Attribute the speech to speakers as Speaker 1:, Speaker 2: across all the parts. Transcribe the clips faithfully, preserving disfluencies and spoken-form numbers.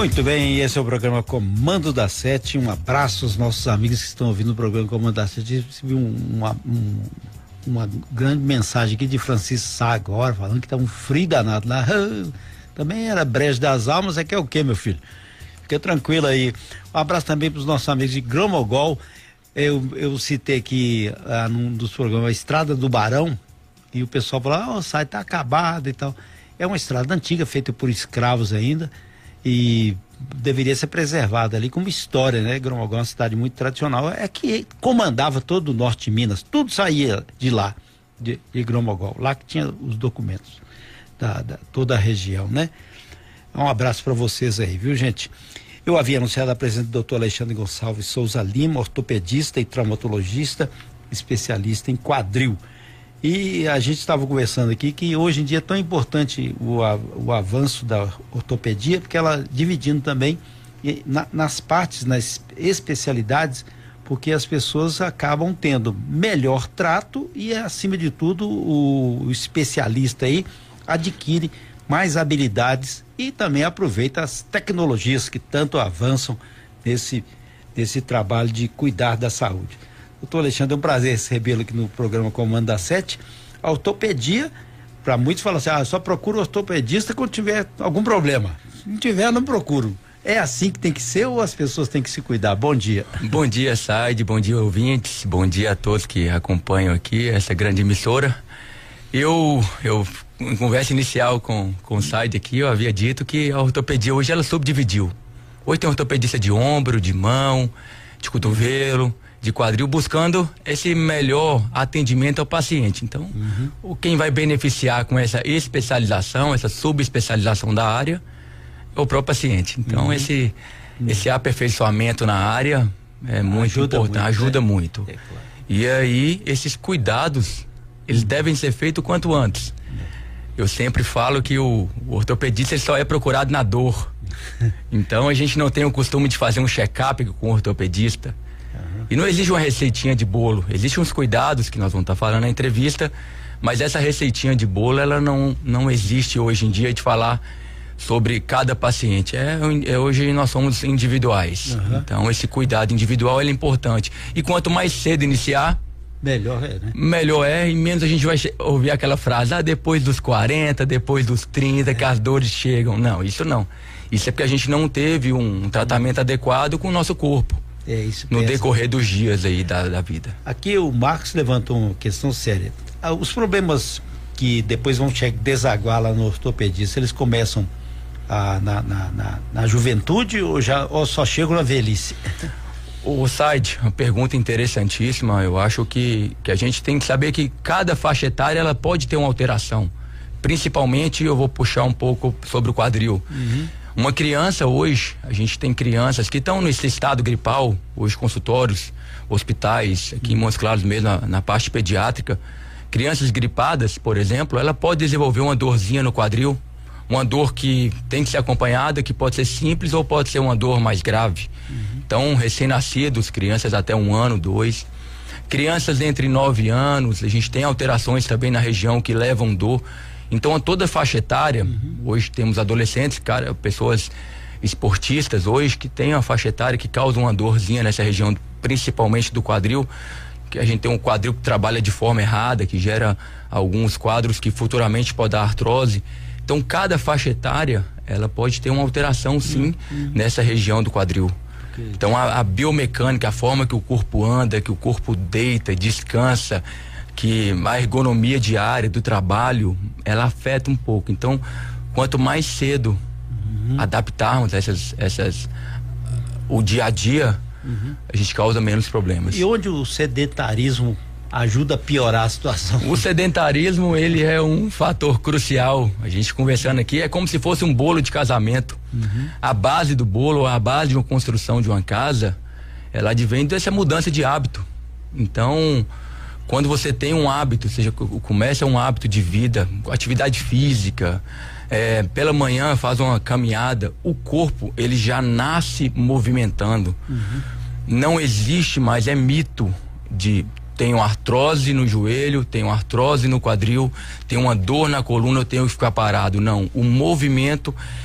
Speaker 1: Muito bem, esse é o programa Comando da Sete. Um abraço aos nossos amigos que estão ouvindo o programa Comando da Sete. Recebi um, uma, um, uma grande mensagem aqui de Francisco Sá agora, falando que tá um frio danado lá. Também era Brejo das Almas, é que é o quê, meu filho? Fica tranquilo aí. Um abraço também para os nossos amigos de Gromogol. Eu, eu citei aqui ah, num dos programas a Estrada do Barão, e o pessoal falou, ah, o site tá acabado e tal. É uma estrada antiga, feita por escravos ainda, e deveria ser preservada ali como história, né? Gromogol é uma cidade muito tradicional, é que comandava todo o norte de Minas, tudo saía de lá, de, de Gromogol, lá que tinha os documentos da, da toda a região, né? Um abraço para vocês aí, viu, gente? Eu havia anunciado a presença do doutor Alexandre Gonçalves Souza Lima, ortopedista e traumatologista, especialista em quadril. E a gente estava conversando aqui que hoje em dia é tão importante o, o avanço da ortopedia, porque ela dividindo também na, nas partes, nas especialidades, porque as pessoas acabam tendo melhor trato e, acima de tudo, o, o especialista aí adquire mais habilidades e também aproveita as tecnologias que tanto avançam nesse, nesse trabalho de cuidar da saúde. Doutor Alexandre, é um prazer recebê-lo aqui no programa Comando da Sete. A ortopedia, para muitos falam assim, ah, só procuro ortopedista quando tiver algum problema. Se não tiver, não procuro. É assim que tem que ser ou as pessoas têm que se cuidar? Bom dia.
Speaker 2: Bom dia, Said, bom dia, ouvintes, bom dia a todos que acompanham aqui essa grande emissora. Eu, eu em conversa inicial com, com o Said aqui, eu havia dito que a ortopedia hoje ela subdividiu. Hoje tem ortopedista de ombro, de mão, de cotovelo, de quadril, buscando esse melhor atendimento ao paciente. Então, uhum. o quem vai beneficiar com essa especialização, essa subespecialização da área, é o próprio paciente. Então, uhum. esse, uhum. esse aperfeiçoamento na área é muito ajuda importante, muito, ajuda né? muito. É, claro. E aí, esses cuidados, eles uhum. devem ser feitos o quanto antes. Eu sempre falo que o, o ortopedista ele só é procurado na dor. Então, a gente não tem o costume de fazer um check-up com o ortopedista. Uhum. E não existe uma receitinha de bolo, existem uns cuidados que nós vamos estar falando na entrevista, mas essa receitinha de bolo, ela não, não existe hoje em dia de falar sobre cada paciente. É, é hoje nós somos individuais. Uhum. Então esse cuidado individual ele é importante. E quanto mais cedo iniciar,
Speaker 1: melhor é, né?
Speaker 2: Melhor é, e menos a gente vai ouvir aquela frase, ah, depois dos quarenta, depois dos trinta, é. que as dores chegam. Não, isso não. Isso é porque a gente não teve um tratamento adequado com o nosso corpo. É isso. No decorrer dos dias aí da, da vida.
Speaker 1: Aqui o Marcos levantou uma questão séria. Ah, os problemas que depois vão desaguar lá no ortopedista, eles começam ah, na, na, na, na juventude ou, já, ou só chegam na velhice?
Speaker 2: O Said, uma pergunta interessantíssima. Eu acho que, que a gente tem que saber que cada faixa etária ela pode ter uma alteração. Principalmente eu vou puxar um pouco sobre o quadril. Uhum. Uma criança hoje, a gente tem crianças que estão nesse estado gripal, hoje consultórios, hospitais, aqui em Montes Claros mesmo, na, na parte pediátrica. Crianças gripadas, por exemplo, ela pode desenvolver uma dorzinha no quadril, uma dor que tem que ser acompanhada, que pode ser simples ou pode ser uma dor mais grave. Uhum. Então, recém-nascidos, crianças até um ano, dois. Crianças entre nove anos, a gente tem alterações também na região que levam dor. Então, a toda faixa etária, uhum. hoje temos adolescentes, cara, pessoas esportistas hoje que têm uma faixa etária que causa uma dorzinha nessa região, principalmente do quadril, que a gente tem um quadril que trabalha de forma errada, que gera alguns quadros que futuramente pode dar artrose. Então, cada faixa etária, ela pode ter uma alteração, sim, uhum. nessa região do quadril. Okay. Então, a, a biomecânica, a forma que o corpo anda, que o corpo deita, descansa, que a ergonomia diária do trabalho, ela afeta um pouco. Então, quanto mais cedo uhum. adaptarmos essas, essas, o dia a dia, uhum. a gente causa menos problemas.
Speaker 1: E onde o sedentarismo ajuda a piorar a situação?
Speaker 2: O sedentarismo, ele é um fator crucial. A gente conversando aqui, é como se fosse um bolo de casamento. Uhum. A base do bolo, a base de uma construção de uma casa, ela advém dessa mudança de hábito. Então, quando você tem um hábito, seja, começa um hábito de vida, atividade física, é, pela manhã faz uma caminhada, o corpo, ele já nasce movimentando. Uhum. Não existe mais, é mito de tenho artrose no joelho, tenho artrose no quadril, tenho uma dor na coluna, eu tenho que ficar parado. Não, o movimento,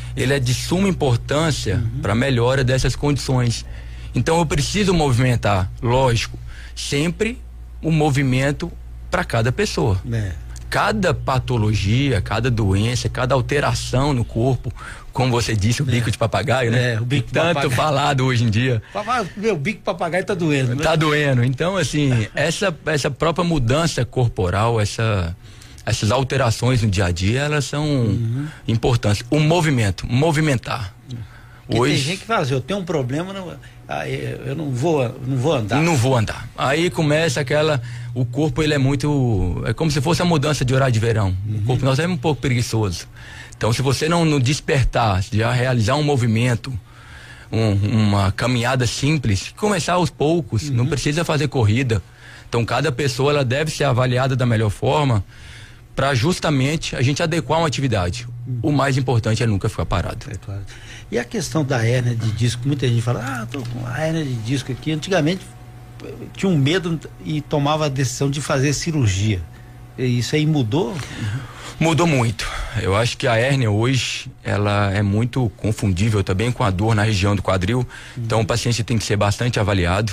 Speaker 2: ele é de suma importância uhum. para a melhora dessas condições. Então eu preciso movimentar, lógico, sempre o movimento para cada pessoa. É. Cada patologia, cada doença, cada alteração no corpo, como você disse, o bico é. de papagaio, né? É, o bico tanto papagaio. falado hoje em dia.
Speaker 1: Meu bico de papagaio tá doendo, né?
Speaker 2: Tá doendo. Então, assim, essa, essa própria mudança corporal, essa, essas alterações no dia a dia, elas são uhum. importantes. O movimento, movimentar.
Speaker 1: Porque hoje, tem gente que fala assim, eu tenho um problema, não, eu não vou, não vou andar.
Speaker 2: Não vou andar. Aí começa aquela, o corpo ele é muito, é como se fosse a mudança de horário de verão. Uhum. O corpo nosso é um pouco preguiçoso. Então, se você não, não despertar, já realizar um movimento, um, uma caminhada simples, começar aos poucos, uhum. não precisa fazer corrida. Então, cada pessoa ela deve ser avaliada da melhor forma para justamente a gente adequar uma atividade. Uhum. O mais importante é nunca ficar parado.
Speaker 1: É claro. E a questão da hérnia de disco, muita gente fala, ah, tô com a hérnia de disco aqui. Antigamente tinha um medo e tomava a decisão de fazer cirurgia. E isso aí mudou?
Speaker 2: Mudou muito. Eu acho que a hérnia hoje, ela é muito confundível também com a dor na região do quadril. Uhum. Então o paciente tem que ser bastante avaliado.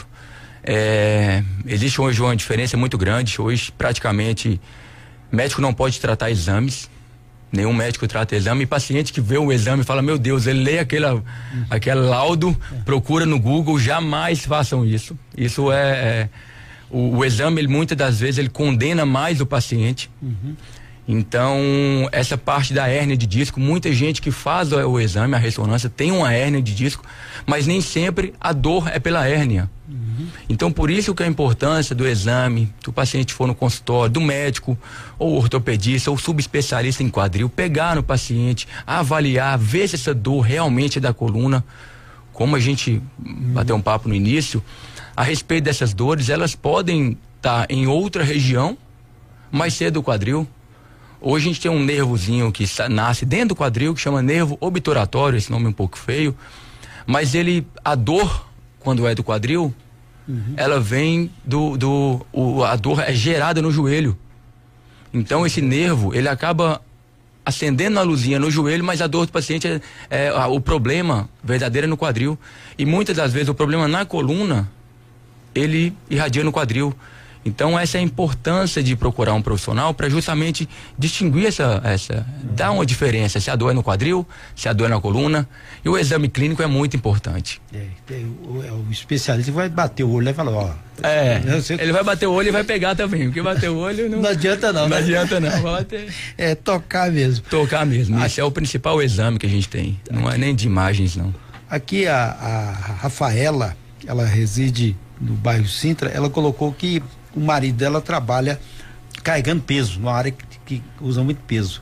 Speaker 2: É, existe hoje uma diferença muito grande. Hoje praticamente médico não pode tratar exames. Nenhum médico trata exame. E paciente que vê o exame e fala, meu Deus, ele lê aquela, uhum. aquele laudo, é. procura no Google, jamais façam isso. Isso é, é o, o exame, ele, muitas das vezes, ele condena mais o paciente. Uhum. Então, essa parte da hérnia de disco, muita gente que faz o, o exame, a ressonância, tem uma hérnia de disco, mas nem sempre a dor é pela hérnia. Uhum. Então, por isso que a importância do exame, se o paciente for no consultório, do médico, ou ortopedista, ou subespecialista em quadril, pegar no paciente, avaliar, ver se essa dor realmente é da coluna. Como a gente uhum. bateu um papo no início, a respeito dessas dores, elas podem estar em outra região, mas ser do quadril. Hoje a gente tem um nervozinho que nasce dentro do quadril, que chama nervo obturatório, esse nome é um pouco feio, mas ele, a dor, quando é do quadril, uhum. ela vem do, do o, a dor é gerada no joelho. Então esse nervo, ele acaba acendendo a luzinha no joelho, mas a dor do paciente é, é a, o problema verdadeiro é no quadril. E muitas das vezes o problema na coluna, ele irradia no quadril. Então essa é a importância de procurar um profissional para justamente distinguir essa, essa, dar uma diferença, se a dor é no quadril, se a dor é na coluna, e o exame clínico é muito importante.
Speaker 1: É, o, o especialista vai bater o olho e falar, ó.
Speaker 2: É, você... ele vai bater o olho e vai pegar também, porque bater o olho não...
Speaker 1: não adianta não.
Speaker 2: Não
Speaker 1: né?
Speaker 2: adianta não, vai bater...
Speaker 1: É tocar mesmo.
Speaker 2: Tocar mesmo, esse é o principal exame que a gente tem, não é nem de imagens não.
Speaker 1: Aqui a, a Rafaela, ela reside no bairro Sintra, ela colocou que o marido dela trabalha carregando peso, numa área que, que usa muito peso.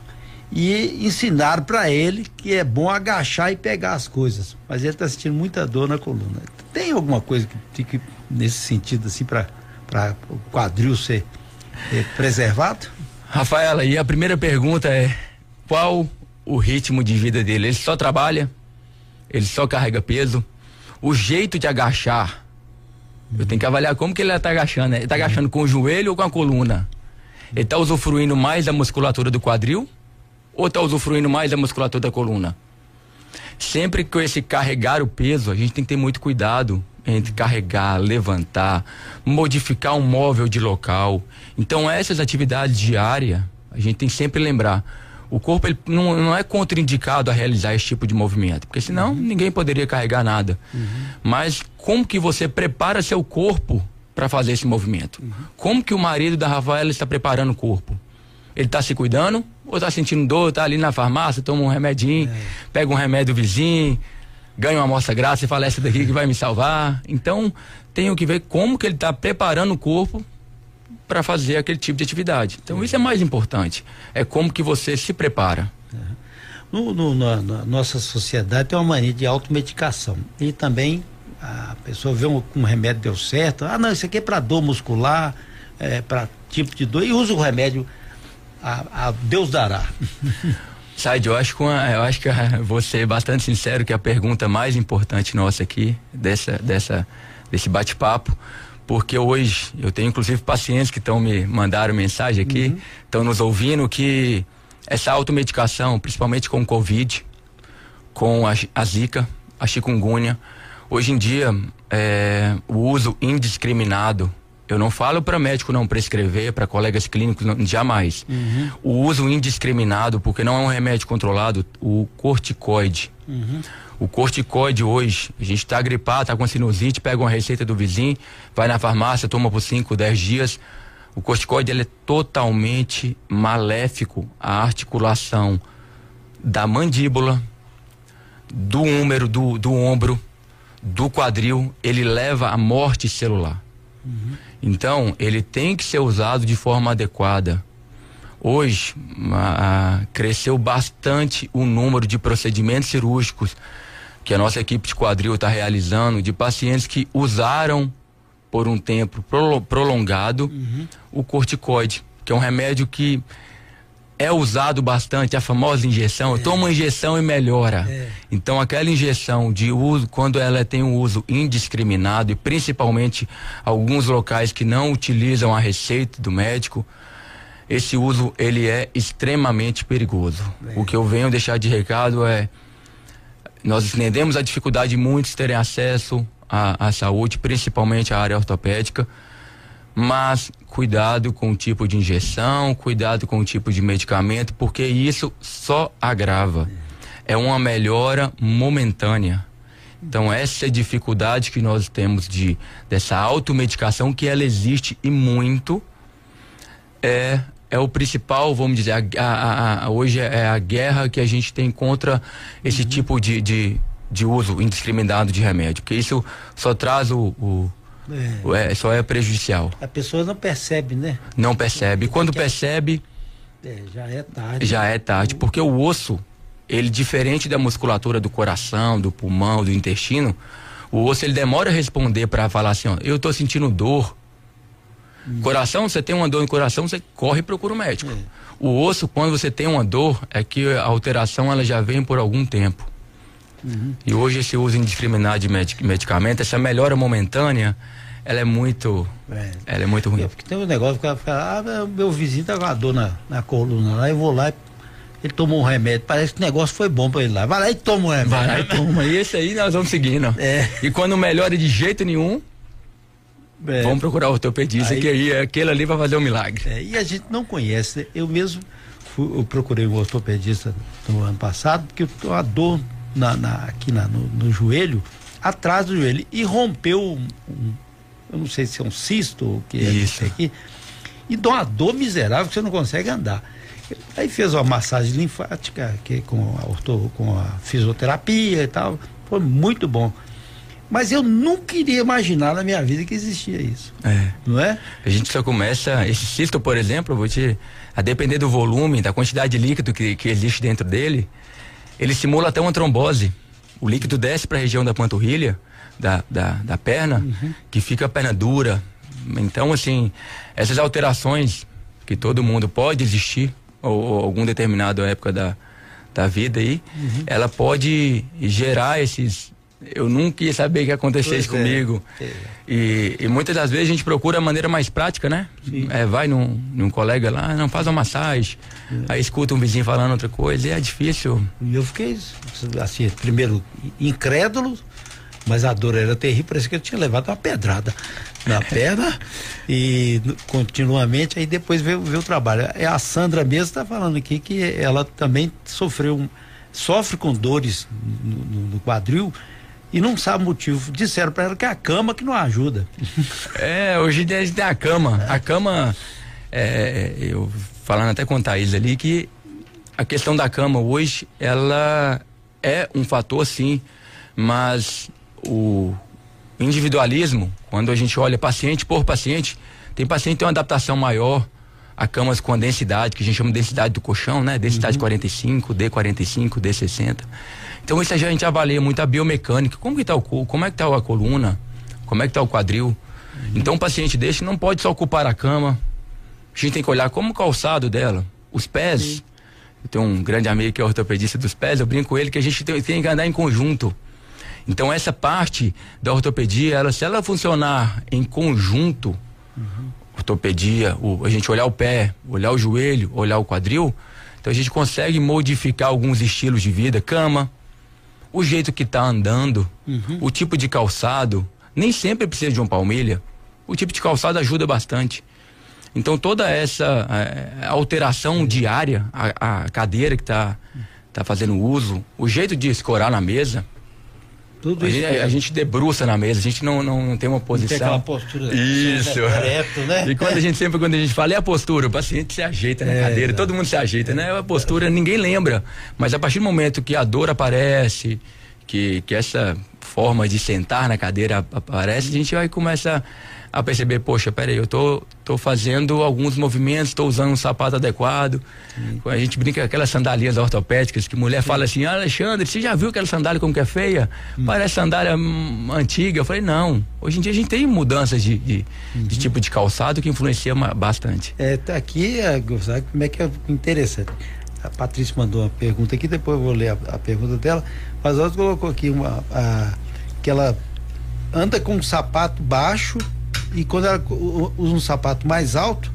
Speaker 1: E ensinaram para ele que é bom agachar e pegar as coisas. Mas ele está sentindo muita dor na coluna. Tem alguma coisa que fique nesse sentido, assim, para o quadril ser é, preservado?
Speaker 2: Rafaela, e a primeira pergunta é: qual o ritmo de vida dele? Ele só trabalha? Ele só carrega peso? O jeito de agachar, eu tenho que avaliar como que ele está agachando, né? Ele está agachando com o joelho ou com a coluna? Ele está usufruindo mais da musculatura do quadril ou está usufruindo mais da musculatura da coluna? Sempre que esse carregar o peso, a gente tem que ter muito cuidado entre carregar, levantar, modificar um móvel de local. Então essas atividades diárias, a gente tem que sempre lembrar, o corpo ele não, não é contraindicado a realizar esse tipo de movimento, porque senão uhum. ninguém poderia carregar nada. Uhum. Mas como que você prepara seu corpo para fazer esse movimento? Uhum. Como que o marido da Rafaela está preparando o corpo? Ele está se cuidando ou está sentindo dor, está ali na farmácia, toma um remedinho, é. pega um remédio vizinho, ganha uma amostra grátis e fala, essa daqui que vai me salvar. Então tenho que ver como que ele está preparando o corpo para fazer aquele tipo de atividade. Então, isso é mais importante. É como que você se prepara.
Speaker 1: No, no, na, na nossa sociedade tem uma mania de automedicação. E também a pessoa vê um, um remédio deu certo. Ah, não, isso aqui é para dor muscular, é, para tipo de dor, e usa o remédio. A, a Deus dará.
Speaker 2: Said, eu acho que uma, eu acho que vou ser bastante sincero que a pergunta mais importante nossa aqui, dessa, dessa, desse bate-papo, porque hoje eu tenho inclusive pacientes que estão me mandaram mensagem aqui, estão uhum. nos ouvindo, que essa automedicação, principalmente com o Covid, com a, a zika, a chikungunya. Hoje em dia, é, o uso indiscriminado, eu não falo para médico não prescrever, para colegas clínicos, não, jamais. Uhum. O uso indiscriminado, porque não é um remédio controlado, o corticoide. Uhum. O corticoide hoje, a gente está gripado, está com sinusite, pega uma receita do vizinho, vai na farmácia, toma por cinco, dez dias. O corticoide ele é totalmente maléfico à articulação da mandíbula, do úmero, do, do ombro, do quadril. Ele leva à morte celular. Uhum. Então, ele tem que ser usado de forma adequada. Hoje, a, a, cresceu bastante o número de procedimentos cirúrgicos que a nossa equipe de quadril está realizando, de pacientes que usaram por um tempo pro, prolongado uhum. o corticoide, que é um remédio que é usado bastante, a famosa injeção. É. Toma uma injeção e melhora. É. Então, aquela injeção de uso, quando ela tem um uso indiscriminado, e principalmente alguns locais que não utilizam a receita do médico, esse uso ele é extremamente perigoso. É. O que eu venho deixar de recado é: nós entendemos a dificuldade de muitos terem acesso à, à saúde, principalmente à área ortopédica, mas cuidado com o tipo de injeção, cuidado com o tipo de medicamento, porque isso só agrava. É uma melhora momentânea. Então, essa dificuldade que nós temos de dessa automedicação, que ela existe e muito, é, é o principal, vamos dizer, a, a, a, hoje é a guerra que a gente tem contra esse uhum. tipo de, de, de uso indiscriminado de remédio, porque isso só traz o, o É. É, só é prejudicial.
Speaker 1: A pessoa não percebe, né?
Speaker 2: Não percebe. E quando
Speaker 1: é,
Speaker 2: percebe,
Speaker 1: é, já é tarde.
Speaker 2: Já é tarde, porque o osso, ele diferente da musculatura do coração, do pulmão, do intestino, o osso ele demora a responder para falar assim, ó, eu tô sentindo dor. Hum. Coração, você tem uma dor no coração, você corre e procura o médico. É. O osso, quando você tem uma dor, é que a alteração ela já vem por algum tempo. Uhum. E hoje esse uso indiscriminado de medic medicamento, essa melhora momentânea, ela é muito, é. ela é muito ruim.
Speaker 1: É, porque tem um negócio que fala, ah, meu vizinho tá com a dor na, na coluna lá, eu vou lá, ele tomou um remédio, parece que o negócio foi bom pra ele lá, vai lá e toma um remédio.
Speaker 2: Vai lá e toma, e esse aí nós vamos seguindo. É. E quando não melhora de jeito nenhum, é. vamos procurar o ortopedista, aí, que aí aquele ali vai fazer um milagre.
Speaker 1: É, e a gente não conhece, né? Eu mesmo fui, eu procurei um ortopedista no ano passado, porque eu tô a dor Na, na, aqui na, no, no joelho, atrás do joelho, e rompeu um, um, eu não sei se é um cisto ou o que é isso aqui, e dá uma dor miserável que você não consegue andar. Aí fez uma massagem linfática que, com, a orto, com a fisioterapia e tal, foi muito bom. Mas eu nunca iria imaginar na minha vida que existia isso.
Speaker 2: É.
Speaker 1: Não é?
Speaker 2: A gente só começa, esse cisto, por exemplo, eu vou te, a depender do volume, da quantidade de líquido que, que existe dentro dele, ele simula até uma trombose. O líquido desce para a região da panturrilha, da, da, da perna, uhum. que fica a perna dura. Então, assim, essas alterações que todo mundo pode existir, ou, ou algum determinado época da, da vida aí, uhum. ela pode gerar esses... Eu nunca ia saber que ia acontecer isso comigo. É. E, e muitas das vezes a gente procura a maneira mais prática, né? É, vai num, num colega lá, não, faz uma massagem, é. aí escuta um vizinho falando outra coisa, e é difícil.
Speaker 1: E eu fiquei, assim, primeiro incrédulo, mas a dor era terrível, parecia que eu tinha levado uma pedrada na perna e continuamente, aí depois veio, veio o trabalho. A Sandra mesmo está falando aqui que ela também sofreu, um, sofre com dores no, no, no quadril, e não sabe o motivo. Disseram para ela que é a cama que não ajuda.
Speaker 2: É, hoje em dia a gente tem a cama. É. A cama, é, eu falando até com a Thaís ali, que a questão da cama hoje, ela é um fator sim, mas o individualismo, quando a gente olha paciente por paciente, tem paciente que tem uma adaptação maior a camas com a densidade, que a gente chama de densidade do colchão, né? Densidade uhum. quarenta e cinco, D quarenta e cinco, D sessenta. Então isso a gente avalia muito a biomecânica, como que tá o como é que tá a coluna, como é que tá o quadril. Uhum. Então um paciente desse não pode só ocupar a cama, a gente tem que olhar como o calçado dela, os pés. Sim. Eu tenho um grande amigo que é ortopedista dos pés, eu brinco com ele que a gente tem, tem que andar em conjunto. Então essa parte da ortopedia, ela, se ela funcionar em conjunto, uhum. ortopedia, o, a gente olhar o pé, olhar o joelho, olhar o quadril, então a gente consegue modificar alguns estilos de vida, cama, o jeito que está andando,
Speaker 1: uhum.
Speaker 2: o tipo de calçado, nem sempre precisa de uma palmilha. O tipo de calçado ajuda bastante. Então toda essa é, alteração uhum. diária, a, a cadeira que está tá fazendo uso, o jeito de escorar na mesa, tudo a, isso gente, a gente debruça na mesa, a gente não, não, não tem uma posição. Não tem aquela
Speaker 1: postura.
Speaker 2: Isso.
Speaker 1: Direto, né?
Speaker 2: E quando a gente sempre quando a gente fala é a postura, o paciente se ajeita na é, cadeira, exatamente. Todo mundo se ajeita, né? A postura ninguém lembra, mas a partir do momento que a dor aparece, que que essa forma de sentar na cadeira aparece, a gente vai começar a perceber, poxa, peraí, eu tô, tô fazendo alguns movimentos, tô usando um sapato adequado. Sim. A gente brinca com aquelas sandálias ortopédicas, que mulher Sim. fala assim, ah, Alexandre, você já viu aquela sandália como que é feia? Hum. Parece sandália hum, antiga. Eu falei, não, hoje em dia a gente tem mudanças de, de, uhum. de tipo de calçado que influencia bastante.
Speaker 1: É, tá aqui, sabe como é que é interessante. A Patrícia mandou uma pergunta aqui, depois eu vou ler a, a pergunta dela, mas ela colocou aqui uma, a, que ela anda com um sapato baixo e quando ela usa um sapato mais alto,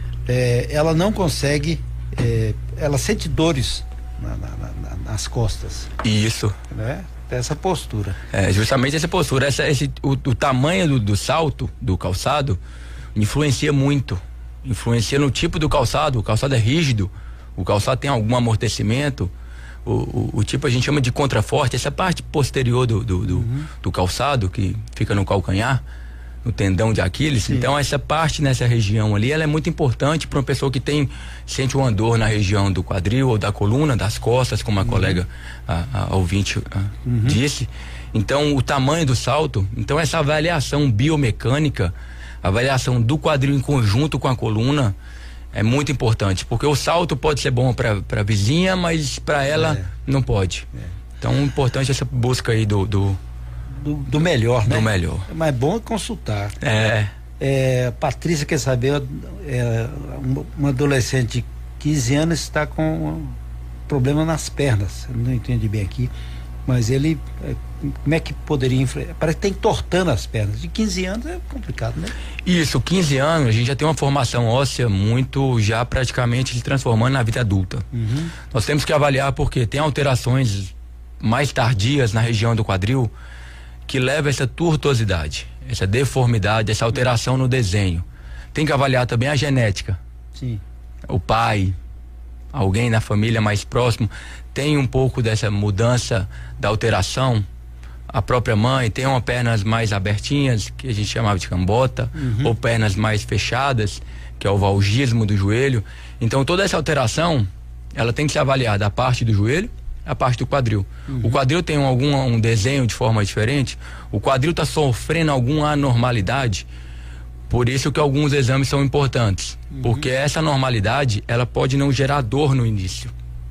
Speaker 1: é, ela não consegue, é, ela sente dores na, na, na, nas costas.
Speaker 2: Isso.
Speaker 1: Né? Essa postura.
Speaker 2: É, justamente essa postura, essa, esse, o, o tamanho do, do salto, do calçado, influencia muito. Influencia no tipo do calçado, o calçado é rígido, o calçado tem algum amortecimento, o, o, o tipo a gente chama de contraforte, essa parte posterior do, do, do, uhum. do calçado, que fica no calcanhar, no tendão de Aquiles. Sim. Então essa parte nessa região ali, ela é muito importante para uma pessoa que tem, sente uma dor na região do quadril ou da coluna, das costas, como a uhum. colega, a, a ouvinte a, uhum. disse. Então o tamanho do salto, então essa avaliação biomecânica, a avaliação do quadril em conjunto com a coluna é muito importante, porque o salto pode ser bom para a vizinha, mas para ela é. não pode. É. Então importante essa busca aí do, do
Speaker 1: Do, do melhor, né?
Speaker 2: Do melhor.
Speaker 1: Mas é bom consultar.
Speaker 2: É.
Speaker 1: é Patrícia quer saber, é, uma adolescente de quinze anos está com um problema nas pernas. Eu não entendi bem aqui, mas ele, é, como é que poderia influenciar? Parece que tem entortando as pernas. De quinze anos é complicado, né?
Speaker 2: Isso, quinze anos, a gente já tem uma formação óssea muito, já praticamente se transformando na vida adulta. Uhum. Nós temos que avaliar porque tem alterações mais tardias na região do quadril que leva essa tortuosidade, essa deformidade, essa alteração no desenho. Tem que avaliar também a genética.
Speaker 1: Sim.
Speaker 2: O pai, alguém na família mais próximo, tem um pouco dessa mudança da alteração. A própria mãe tem uma pernas mais abertinhas, que a gente chamava de cambota, uhum. ou pernas mais fechadas, que é o valgismo do joelho. Então toda essa alteração, ela tem que ser avaliada a parte do joelho, a parte do quadril. Uhum. O quadril tem um, algum um desenho de forma diferente, o quadril está sofrendo alguma anormalidade, por isso que alguns exames são importantes, uhum. porque essa anormalidade, ela pode não gerar dor no início.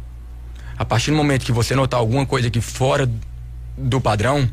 Speaker 2: A partir do momento que você notar alguma coisa aqui fora do padrão,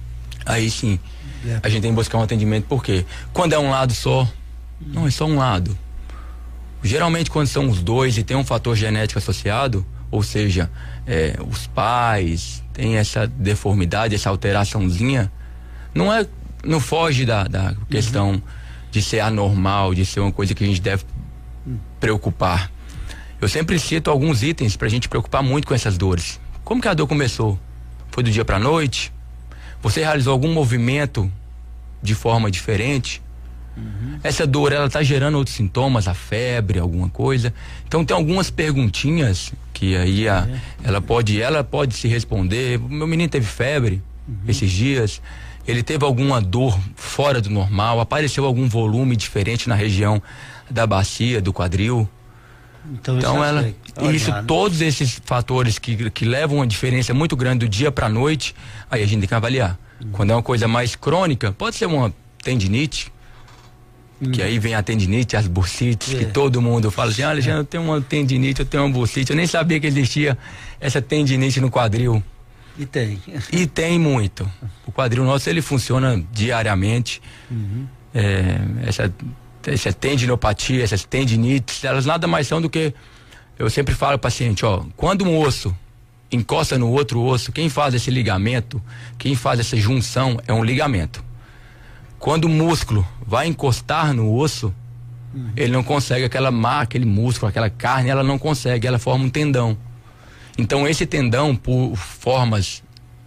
Speaker 2: aí sim, é. a gente tem que buscar um atendimento, porque quando é um lado só, uhum. não é só um lado. Geralmente quando são os dois e tem um fator genético associado, ou seja, é, os pais têm essa deformidade, essa alteraçãozinha, não é, não foge da, da questão uhum. de ser anormal, de ser uma coisa que a gente deve preocupar. Eu sempre cito alguns itens pra gente preocupar muito com essas dores. Como que a dor começou? Foi do dia pra noite? Você realizou algum movimento de forma diferente? Uhum. Essa dor, ela tá gerando outros sintomas, a febre, alguma coisa. Então tem algumas perguntinhas que aí a, é. ela pode, ela pode se responder. Meu menino teve febre uhum. esses dias, ele teve alguma dor fora do normal, apareceu algum volume diferente na região da bacia, do quadril. Então, então ela, isso, todos esses fatores que, que levam uma diferença muito grande do dia pra noite, aí a gente tem que avaliar. Uhum. Quando é uma coisa mais crônica, pode ser uma tendinite, Hum. que aí vem a tendinite, as bursites, é. que todo mundo fala assim, ah, Alexandre, eu tenho uma tendinite, eu tenho uma bursite, eu nem sabia que existia essa tendinite no quadril.
Speaker 1: E tem.
Speaker 2: E tem muito. O quadril nosso, ele funciona diariamente. Uhum. É, essa, essa tendinopatia, essas tendinites, elas nada mais são do que, eu sempre falo ao paciente, ó, quando um osso encosta no outro osso, quem faz esse ligamento, quem faz essa junção é um ligamento. Quando o músculo vai encostar no osso, uhum. ele não consegue aquela má, aquele músculo, aquela carne, ela não consegue, ela forma um tendão. Então esse tendão, por formas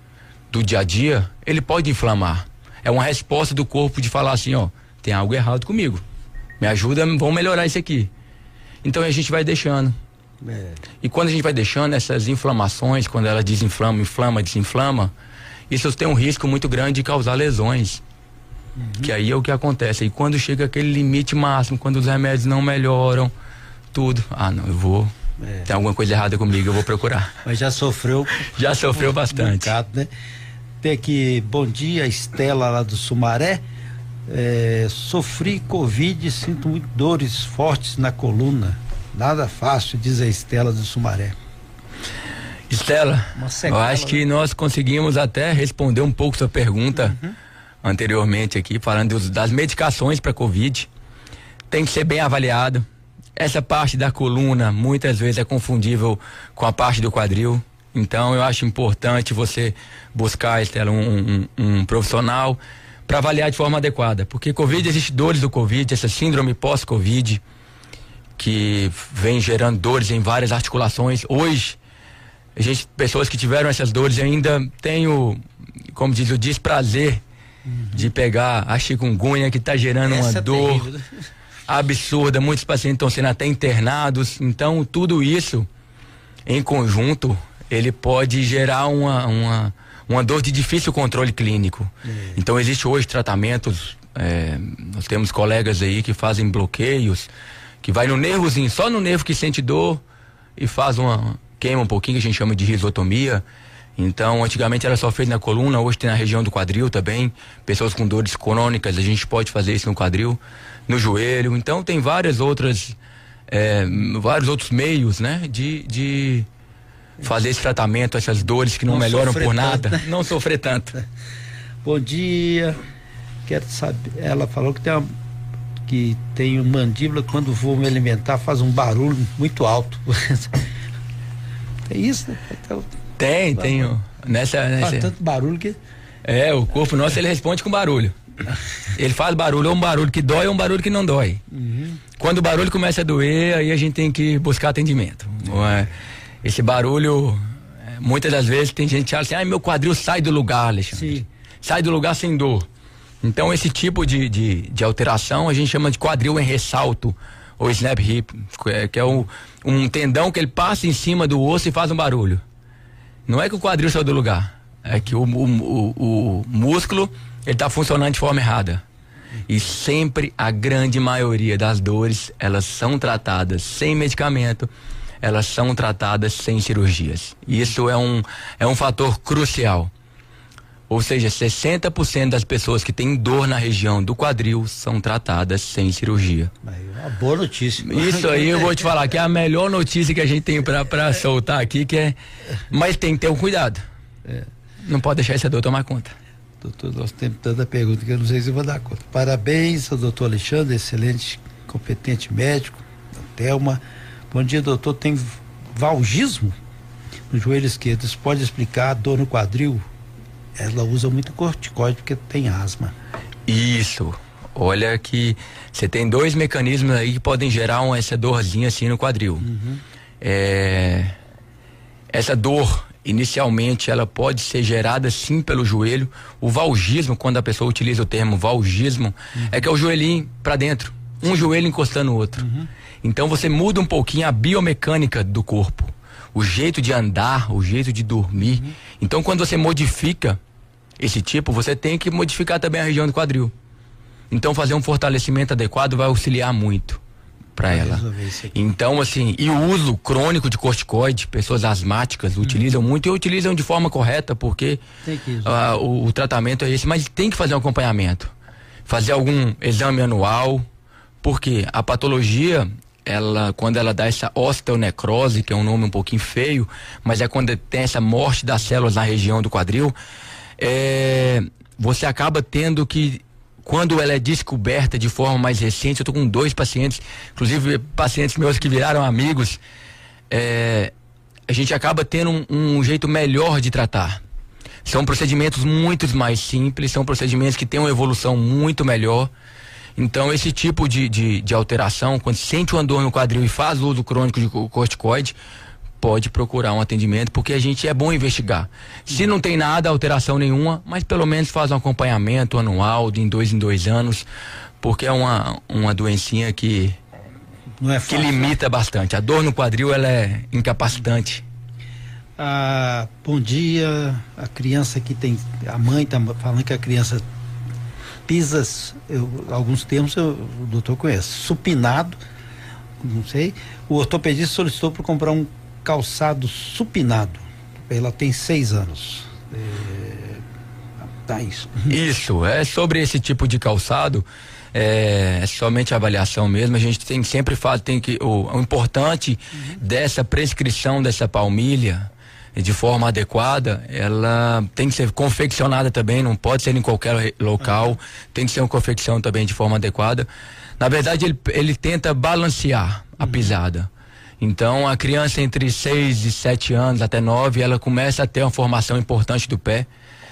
Speaker 2: do dia a dia, ele pode inflamar. É uma resposta do corpo de falar assim, ó, tem algo errado comigo. Me ajuda, vamos melhorar isso aqui. Então a gente vai deixando. É. E quando a gente vai deixando essas inflamações, quando ela desinflama, inflama, desinflama, isso tem um risco muito grande de causar lesões. Uhum. Que aí é o que acontece. E quando chega aquele limite máximo, quando os remédios não melhoram, tudo, ah não, eu vou, é. tem alguma coisa errada comigo, eu vou procurar.
Speaker 1: Mas já sofreu.
Speaker 2: Já sofreu bastante. Um bocado, né?
Speaker 1: Tem aqui, bom dia, Estela lá do Sumaré. É, sofri Covid e sinto muito dores fortes na coluna. Nada fácil, diz a Estela do Sumaré.
Speaker 2: Estela, eu acho que nós conseguimos até responder um pouco sua pergunta uhum. anteriormente aqui, falando dos, das medicações para Covid. Tem que ser bem avaliado. Essa parte da coluna muitas vezes é confundível com a parte do quadril. Então eu acho importante você buscar, Estela, um, um, um profissional para avaliar de forma adequada. Porque Covid, existe dores do Covid, essa síndrome pós-Covid, que vem gerando dores em várias articulações. Hoje, a gente, pessoas que tiveram essas dores ainda têm o, como diz, o desprazer uhum. de pegar a chikungunya, que está gerando essa uma é dor terrível. absurda. Muitos pacientes estão sendo até internados. Então, tudo isso em conjunto, ele pode gerar uma, uma, uma dor de difícil controle clínico. É. Então, existe hoje tratamentos, é, nós temos colegas aí que fazem bloqueios, que vai no nervozinho, só no nervo que sente dor e faz uma, queima um pouquinho, que a gente chama de risotomia. Então, antigamente era só feito na coluna, hoje tem na região do quadril também. Pessoas com dores crônicas, a gente pode fazer isso no quadril, no joelho. Então, tem várias outras, é, vários outros meios, né, de, de fazer esse tratamento, essas dores que não, não melhoram por nada, tanto, né? Não sofrer tanto.
Speaker 1: Bom dia, quero saber, ela falou que tem uma, que tem uma mandíbula, quando vou me alimentar faz um barulho muito alto. Tem isso, né? Então,
Speaker 2: tem, tem. Ó, nessa, nessa...
Speaker 1: Faz tanto barulho que...
Speaker 2: É, o corpo nosso, ele responde com barulho. Ele faz barulho, ou um barulho que dói ou um barulho que não dói. Uhum. Quando o barulho começa a doer, aí a gente tem que buscar atendimento. Uhum. Esse barulho, muitas das vezes tem gente que fala assim, ah, meu quadril sai do lugar, Alexandre. Sim. Sai do lugar sem dor. Então, esse tipo de, de, de alteração a gente chama de quadril em ressalto, ou snap hip, que é um, um tendão que ele passa em cima do osso e faz um barulho. Não é que o quadril saiu do lugar, é que o, o, o, o músculo, ele está funcionando de forma errada. E sempre a grande maioria das dores, elas são tratadas sem medicamento, elas são tratadas sem cirurgias. Isso é um, é um fator crucial. Ou seja, sessenta por cento das pessoas que têm dor na região do quadril são tratadas sem cirurgia.
Speaker 1: Uma boa notícia.
Speaker 2: Isso aí eu vou te falar que é a melhor notícia que a gente tem pra, pra soltar aqui, que é... Mas tem que ter um cuidado. É. Não pode deixar essa dor tomar conta.
Speaker 1: Doutor, nós temos tanta pergunta que eu não sei se eu vou dar conta. Parabéns ao doutor Alexandre, excelente, competente médico, Thelma. Bom dia, doutor. Tem valgismo no joelho esquerdo. Isso pode explicar a dor no quadril? Ela usa muito corticoide porque tem asma.
Speaker 2: Isso. Olha que você tem dois mecanismos aí que podem gerar uma, essa dorzinha assim no quadril. Uhum. É, essa dor, inicialmente, ela pode ser gerada sim pelo joelho. O valgismo, quando a pessoa utiliza o termo valgismo, uhum. é que é o joelhinho para dentro, um sim. joelho encostando no outro. Uhum. Então você muda um pouquinho a biomecânica do corpo, o jeito de andar, o jeito de dormir. Uhum. Então, quando você modifica esse tipo, você tem que modificar também a região do quadril. Então, fazer um fortalecimento adequado vai auxiliar muito para ela. Então, assim, e o uso crônico de corticoide, pessoas asmáticas uhum. utilizam muito e utilizam de forma correta, porque uh, o, o tratamento é esse, mas tem que fazer um acompanhamento. Fazer algum exame anual, porque a patologia, ela, quando ela dá essa osteonecrose, que é um nome um pouquinho feio, mas é quando tem essa morte das células na região do quadril, é, você acaba tendo que, quando ela é descoberta de forma mais recente, eu tô com dois pacientes, inclusive pacientes meus que viraram amigos, é, a gente acaba tendo um, um jeito melhor de tratar. São procedimentos muito mais simples, são procedimentos que têm uma evolução muito melhor. Então, esse tipo de, de, de alteração, quando sente uma dor no quadril e faz uso crônico de corticoide, pode procurar um atendimento, porque a gente é bom investigar. Se não tem nada, alteração nenhuma, mas pelo menos faz um acompanhamento anual, de em dois em dois anos, porque é uma, uma doencinha que,
Speaker 1: não é
Speaker 2: que
Speaker 1: fácil,
Speaker 2: limita bastante. A dor no quadril, ela é incapacitante.
Speaker 1: Ah, bom dia, a criança que tem, a mãe está falando que a criança pisa, eu, alguns termos eu, o doutor conhece, supinado, não sei, o ortopedista solicitou para comprar um calçado supinado, ela tem seis anos, é, tá isso.
Speaker 2: Isso, é sobre esse tipo de calçado, é, é somente avaliação mesmo, a gente tem sempre faz, tem que, o, o importante uhum. dessa prescrição dessa palmilha, de forma adequada, ela tem que ser confeccionada também, não pode ser em qualquer local, uhum. tem que ser uma confecção também de forma adequada. Na verdade, ele, ele tenta balancear a uhum. pisada. Então, a criança entre seis e sete anos, até nove, ela começa a ter uma formação importante do pé.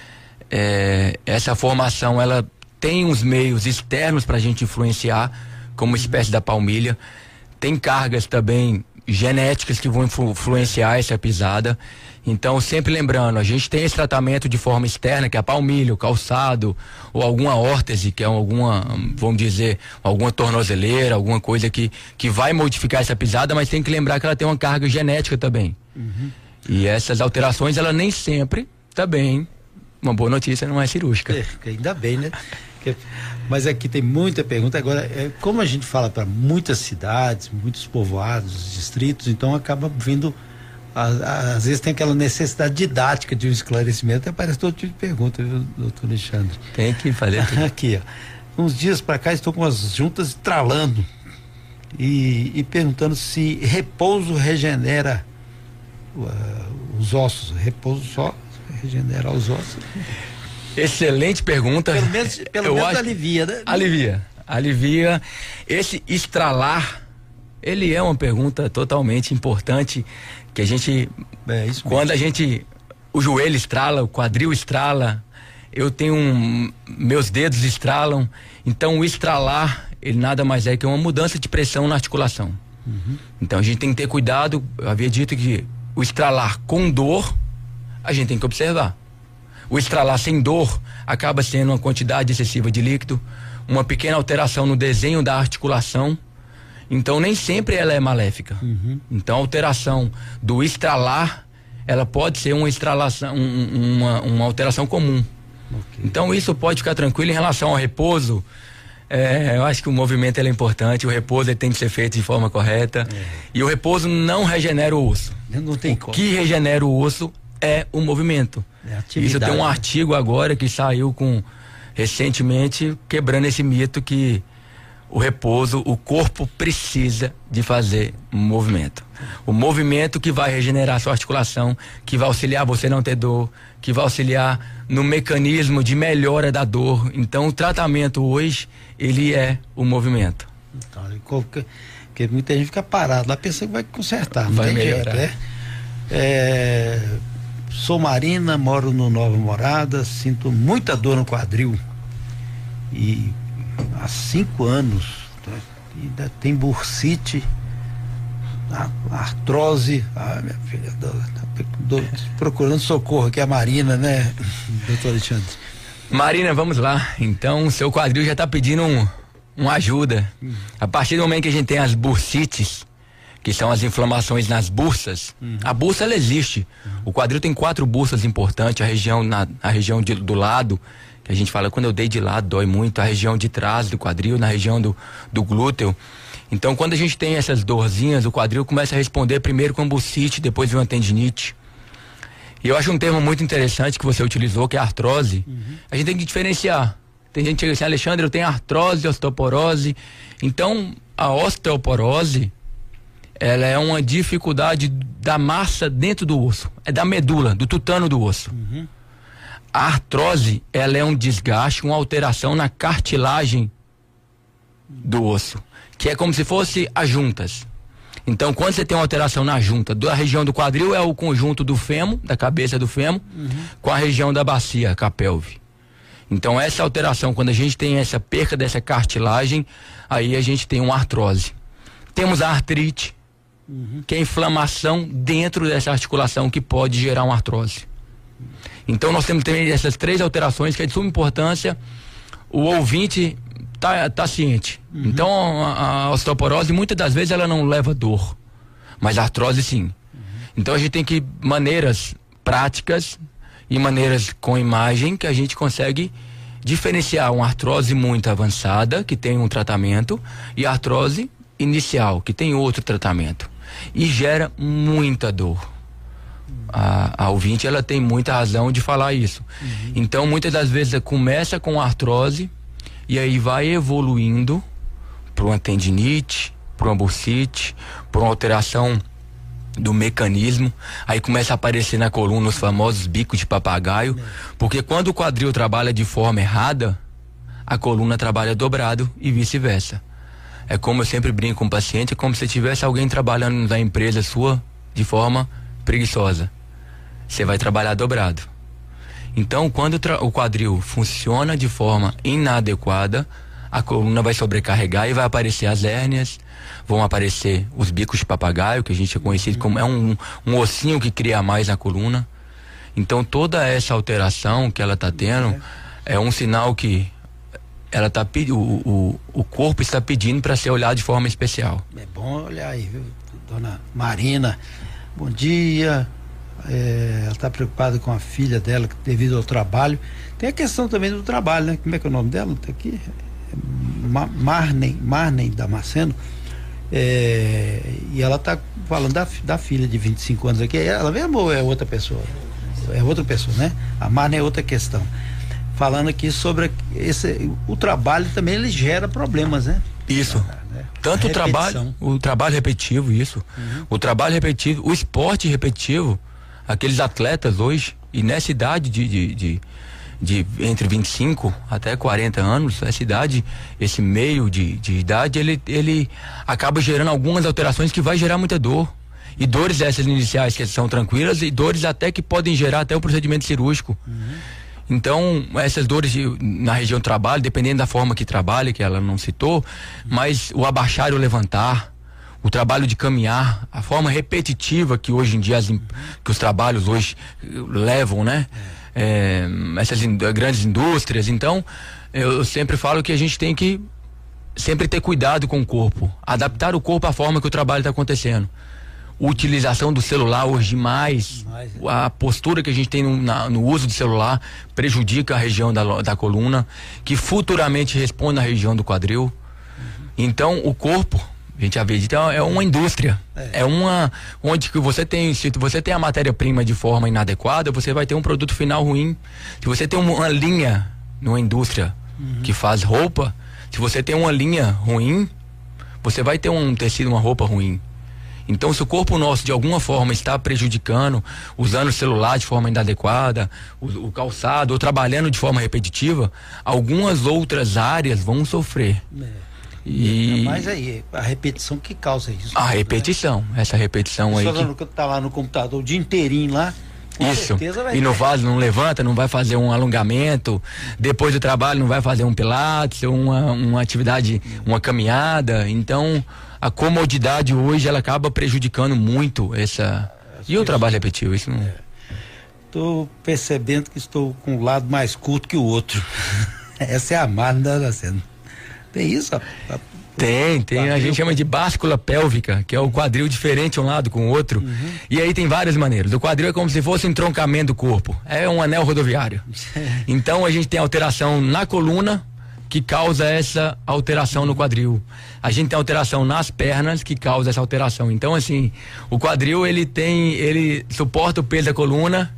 Speaker 2: É, essa formação, ela tem uns meios externos para a gente influenciar, como espécie da palmilha. Tem cargas também genéticas que vão influ, influenciar essa pisada. Então, sempre lembrando, a gente tem esse tratamento de forma externa, que é a palmilha, o calçado, ou alguma órtese, que é alguma, vamos dizer, alguma tornozeleira, alguma coisa que, que vai modificar essa pisada, mas tem que lembrar que ela tem uma carga genética também. Uhum. E essas alterações, ela nem sempre, também, uma boa notícia, não é cirúrgica.
Speaker 1: É, ainda bem, né? Mas aqui tem muita pergunta. Agora, é, como a gente fala para muitas cidades, muitos povoados, distritos, então acaba vindo, a, a, às vezes tem aquela necessidade didática de um esclarecimento, até parece todo tipo de pergunta, viu, doutor Alexandre?
Speaker 2: Tem que fazer tudo.
Speaker 1: Aqui, ó. Uns dias para cá estou com as juntas tralando e, e perguntando se repouso regenera uh, os ossos. Repouso só regenera os ossos.
Speaker 2: Excelente pergunta.
Speaker 1: Pelo menos, pelo
Speaker 2: Eu
Speaker 1: menos
Speaker 2: acho...
Speaker 1: alivia, né?
Speaker 2: Alivia, alivia. Esse estralar, ele é uma pergunta totalmente importante, que a gente,
Speaker 1: é, isso
Speaker 2: quando a gente, o joelho estrala, o quadril estrala, eu tenho um, meus dedos estralam, então o estralar, ele nada mais é que uma mudança de pressão na articulação. Uhum. Então a gente tem que ter cuidado. Eu havia dito que o estralar com dor, a gente tem que observar. O estralar sem dor acaba sendo uma quantidade excessiva de líquido, uma pequena alteração no desenho da articulação. Então, nem sempre ela é maléfica. Uhum. Então, a alteração do estralar, ela pode ser uma estralação, um, uma, uma alteração comum. Okay. Então, isso pode ficar tranquilo. Em relação ao repouso, é, eu acho que o movimento ele é importante, o repouso ele tem que ser feito de forma correta. É. E o repouso não regenera o osso.
Speaker 1: Não tem
Speaker 2: o
Speaker 1: como.
Speaker 2: que regenera o osso é o movimento. É Isso tem um artigo agora que saiu com recentemente quebrando esse mito que o repouso, o corpo precisa de fazer movimento. O movimento que vai regenerar a sua articulação, que vai auxiliar você a não ter dor, que vai auxiliar no mecanismo de melhora da dor. Então o tratamento hoje, ele é o movimento.
Speaker 1: Então, qualquer, porque muita gente fica parado lá pensando que vai consertar, não
Speaker 2: vai
Speaker 1: tem
Speaker 2: melhorar.
Speaker 1: Jeito, né? É, sou Marina, moro no Nova Morada, sinto muita dor no quadril e há cinco anos, né? Ainda tem bursite, artrose. Ah, minha filha, do, do, procurando socorro aqui, a Marina, né, doutor Alexandre?
Speaker 2: Marina, vamos lá. Então, seu quadril já está pedindo um, uma ajuda. Hum. A partir do momento que a gente tem as bursites, que são as inflamações nas bursas, uhum. a bursa ela existe. Uhum. O quadril tem quatro bursas importantes, a região, na, a região de, do lado, que a gente fala, quando eu dei de lado dói muito, a região de trás do quadril, na região do, do glúteo. Então, quando a gente tem essas dorzinhas, o quadril começa a responder primeiro com bursite, depois vem uma tendinite. E eu acho um termo muito interessante que você utilizou, que é a artrose. Uhum. A gente tem que diferenciar. Tem gente que diz assim, Alexandre, eu tenho artrose, osteoporose. Então, a osteoporose, ela é uma dificuldade da massa dentro do osso, é da medula, do tutano do osso. Uhum. A artrose, ela é um desgaste, uma alteração na cartilagem do osso, que é como se fosse as juntas. Então, quando você tem uma alteração na junta, da região do quadril é o conjunto do fêmur, da cabeça do fêmur, uhum. com a região da bacia, com a pelve. Então, essa alteração, quando a gente tem essa perca dessa cartilagem, aí a gente tem uma artrose. Temos a artrite, uhum. que é a inflamação dentro dessa articulação que pode gerar uma artrose. Então nós temos também essas três alterações que é de suma importância, o ouvinte tá, tá ciente. Uhum. Então a, a osteoporose muitas das vezes ela não leva dor, mas a artrose sim. Uhum. Então a gente tem que maneiras práticas e maneiras com imagem que a gente consegue diferenciar uma artrose muito avançada, que tem um tratamento, e a artrose inicial, que tem outro tratamento. E gera muita dor. A, a ouvinte, ela tem muita razão de falar isso. Uhum. Então, muitas das vezes, começa com artrose e aí vai evoluindo para uma tendinite, para uma bursite, para uma alteração do mecanismo, aí começa a aparecer na coluna os famosos bicos de papagaio, porque quando o quadril trabalha de forma errada, a coluna trabalha dobrado e vice-versa. É como eu sempre brinco com o paciente, é como se tivesse alguém trabalhando na empresa sua de forma preguiçosa. Você vai trabalhar dobrado. Então, quando o quadril funciona de forma inadequada, a coluna vai sobrecarregar e vai aparecer as hérnias, vão aparecer os bicos de papagaio, que a gente é conhecido como é um, um ossinho que cria mais na coluna. Então toda essa alteração que ela está tendo é um sinal que ela tá o, o, o corpo está pedindo para ser olhado de forma especial.
Speaker 1: É bom olhar aí, viu, dona Marina? Bom dia. É, ela está preocupada com a filha dela devido ao trabalho. Tem a questão também do trabalho, né? Como é que é o nome dela? Está aqui. Marnem, Marnem Damasceno, é, e ela tá falando da, da filha de vinte e cinco anos aqui. Ela mesmo ou é outra pessoa? É outra pessoa, né? A Marnem é outra questão. Falando aqui sobre esse, o trabalho também, ele gera problemas, né?
Speaker 2: Isso. Né? Tanto o trabalho, o trabalho repetitivo, isso. Uhum. O trabalho repetitivo, o esporte repetitivo, aqueles atletas hoje, e nessa idade de, de, de de entre vinte e cinco até quarenta anos, essa idade, esse meio de, de idade, ele, ele acaba gerando algumas alterações que vai gerar muita dor. E dores essas iniciais que são tranquilas e dores até que podem gerar até o procedimento cirúrgico. Uhum. Então, essas dores de, na região do trabalho, dependendo da forma que trabalha, que ela não citou, uhum. mas o abaixar e o levantar, o trabalho de caminhar, a forma repetitiva que hoje em dia as, que os trabalhos hoje levam, né? É. É, essas in, grandes indústrias. Então eu sempre falo que a gente tem que sempre ter cuidado com o corpo, adaptar o corpo à forma que o trabalho está acontecendo. Utilização do celular hoje demais, a postura que a gente tem no, na, no uso do celular prejudica a região da, da coluna, que futuramente responde à região do quadril. Uhum. Então o corpo, a gente já vê, então é uma indústria, é. é uma onde que você tem, se você tem a matéria-prima de forma inadequada, você vai ter um produto final ruim. Se você tem uma, uma linha numa indústria uhum. que faz roupa, se você tem uma linha ruim, você vai ter um tecido, uma roupa ruim. Então, se o corpo nosso de alguma forma está prejudicando, usando o celular de forma inadequada, o, o calçado, ou trabalhando de forma repetitiva, algumas outras áreas vão sofrer. É. E...
Speaker 1: Mas aí, a repetição que causa isso.
Speaker 2: A repetição, né? Essa repetição aí.
Speaker 1: Só que tá lá no computador o dia inteirinho lá.
Speaker 2: Isso. E não faz, não levanta, não vai fazer um alongamento. Depois do trabalho não vai fazer um pilates, uma, uma atividade, uma caminhada. Então, a comodidade hoje ela acaba prejudicando muito essa. E o trabalho repetitivo, isso não.
Speaker 1: Estou percebendo que estou com um lado mais curto que o outro. Essa é a Marna da cena. Tem isso? A, a,
Speaker 2: tem, tem. Quadril. A gente chama de báscula pélvica, que é o quadril diferente um lado com o outro. Uhum. E aí tem várias maneiras. O quadril é como se fosse um entroncamento do corpo. É um anel rodoviário. Então a gente tem alteração na coluna, que causa essa alteração no quadril. A gente tem alteração nas pernas, que causa essa alteração. Então, assim, o quadril, ele tem, ele suporta o peso da coluna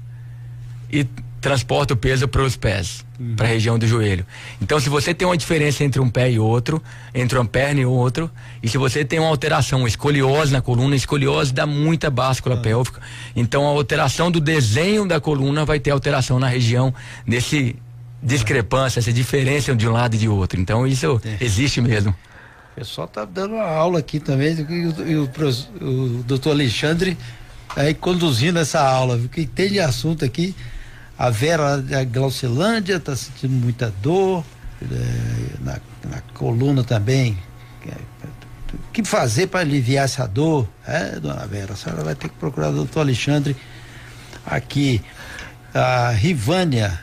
Speaker 2: e transporta o peso para os pés, uhum. para a região do joelho. Então, se você tem uma diferença entre um pé e outro, entre uma perna e outro, e se você tem uma alteração, uma escoliose na coluna, escoliose dá muita báscula uhum. pélvica. Então, a alteração do desenho da coluna vai ter alteração na região desse discrepância, essa diferença de um lado e de outro. Então, isso é. existe mesmo.
Speaker 1: O pessoal tá dando uma aula aqui também, e o, e o, o doutor Alexandre aí conduzindo essa aula, viu? Que tem de assunto aqui. A Vera da Glaucelândia está sentindo muita dor, é, na, na coluna também, que fazer para aliviar essa dor? É, dona Vera, a senhora vai ter que procurar o doutor Alexandre aqui. A Rivânia,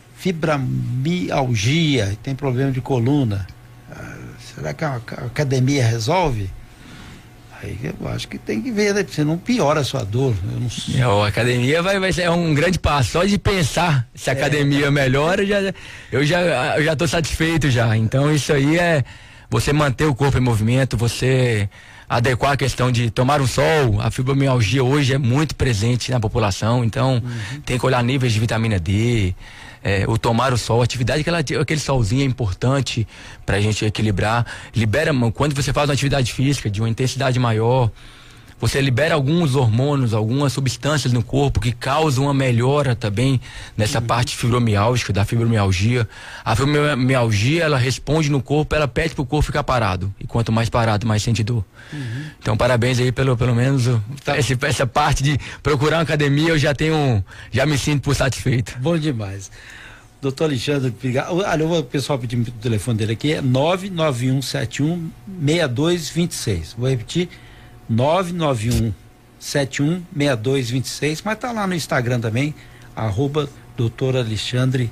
Speaker 1: fibromialgia, tem problema de coluna. Ah, será que a, a academia resolve? Aí eu acho que tem que ver, né? Você não piora a sua dor. Eu não sei.
Speaker 2: É, a academia vai, vai ser um grande passo. Só de pensar se a é. academia melhora, eu já, eu já, eu já tô satisfeito já. Então isso aí é você manter o corpo em movimento, você adequar a questão de tomar um sol. A fibromialgia hoje é muito presente na população, então uhum. tem que olhar níveis de vitamina D, é, o tomar o sol, a atividade, aquela, aquele solzinho é importante pra gente equilibrar. Libera, quando você faz uma atividade física de uma intensidade maior, você libera alguns hormônios, algumas substâncias no corpo que causam uma melhora também nessa uhum. parte fibromialgica, da fibromialgia. A fibromialgia, ela responde no corpo, ela pede pro corpo ficar parado. E quanto mais parado, mais sente dor. Uhum. Então, parabéns aí pelo, pelo menos tá. esse, essa parte de procurar uma academia, eu já tenho, já me sinto por satisfeito.
Speaker 1: Bom demais. Doutor Alexandre, olha, o pessoal pedindo o telefone dele aqui, é nove nove um sete um seis dois dois seis. Vou repetir, nove nove um sete um seis dois dois seis, mas tá lá no Instagram também, arroba doutor Alexandre,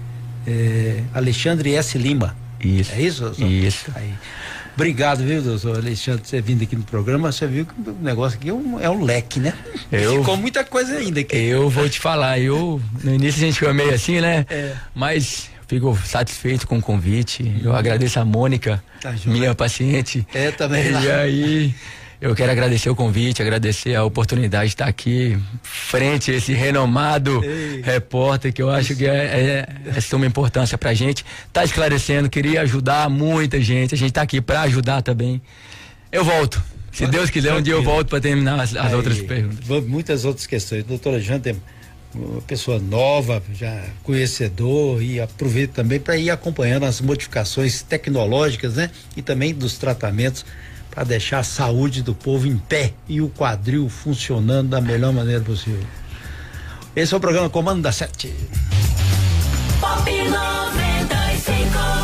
Speaker 1: é, Alexandre S. Lima.
Speaker 2: Isso.
Speaker 1: É isso, doutor?
Speaker 2: Isso.
Speaker 1: Aí. Obrigado, viu, doutor Alexandre, você vindo aqui no programa, você viu que o negócio aqui é um, é um leque, né?
Speaker 2: Eu,
Speaker 1: Ficou muita coisa ainda aqui.
Speaker 2: Eu vou te falar, eu, no início a gente ficou meio assim, né?
Speaker 1: É.
Speaker 2: Mas fico satisfeito com o convite, eu agradeço a Mônica, tá, minha paciente.
Speaker 1: É, também.
Speaker 2: E lá. Aí, eu quero agradecer o convite, agradecer a oportunidade de estar aqui frente a esse renomado Ei. repórter, que eu acho que é, é, é suma importância pra gente. Tá esclarecendo, queria ajudar muita gente, a gente tá aqui pra ajudar também. Eu volto. Se Deus quiser, um dia eu volto para terminar as, as Aí, outras perguntas.
Speaker 1: Muitas outras questões. Doutora Janta é uma pessoa nova, já conhecedor, e aproveito também para ir acompanhando as modificações tecnológicas, né? E também dos tratamentos, para deixar a saúde do povo em pé e o quadril funcionando da melhor maneira possível. Esse é o programa Comando da Sete. Pop noventa e cinco.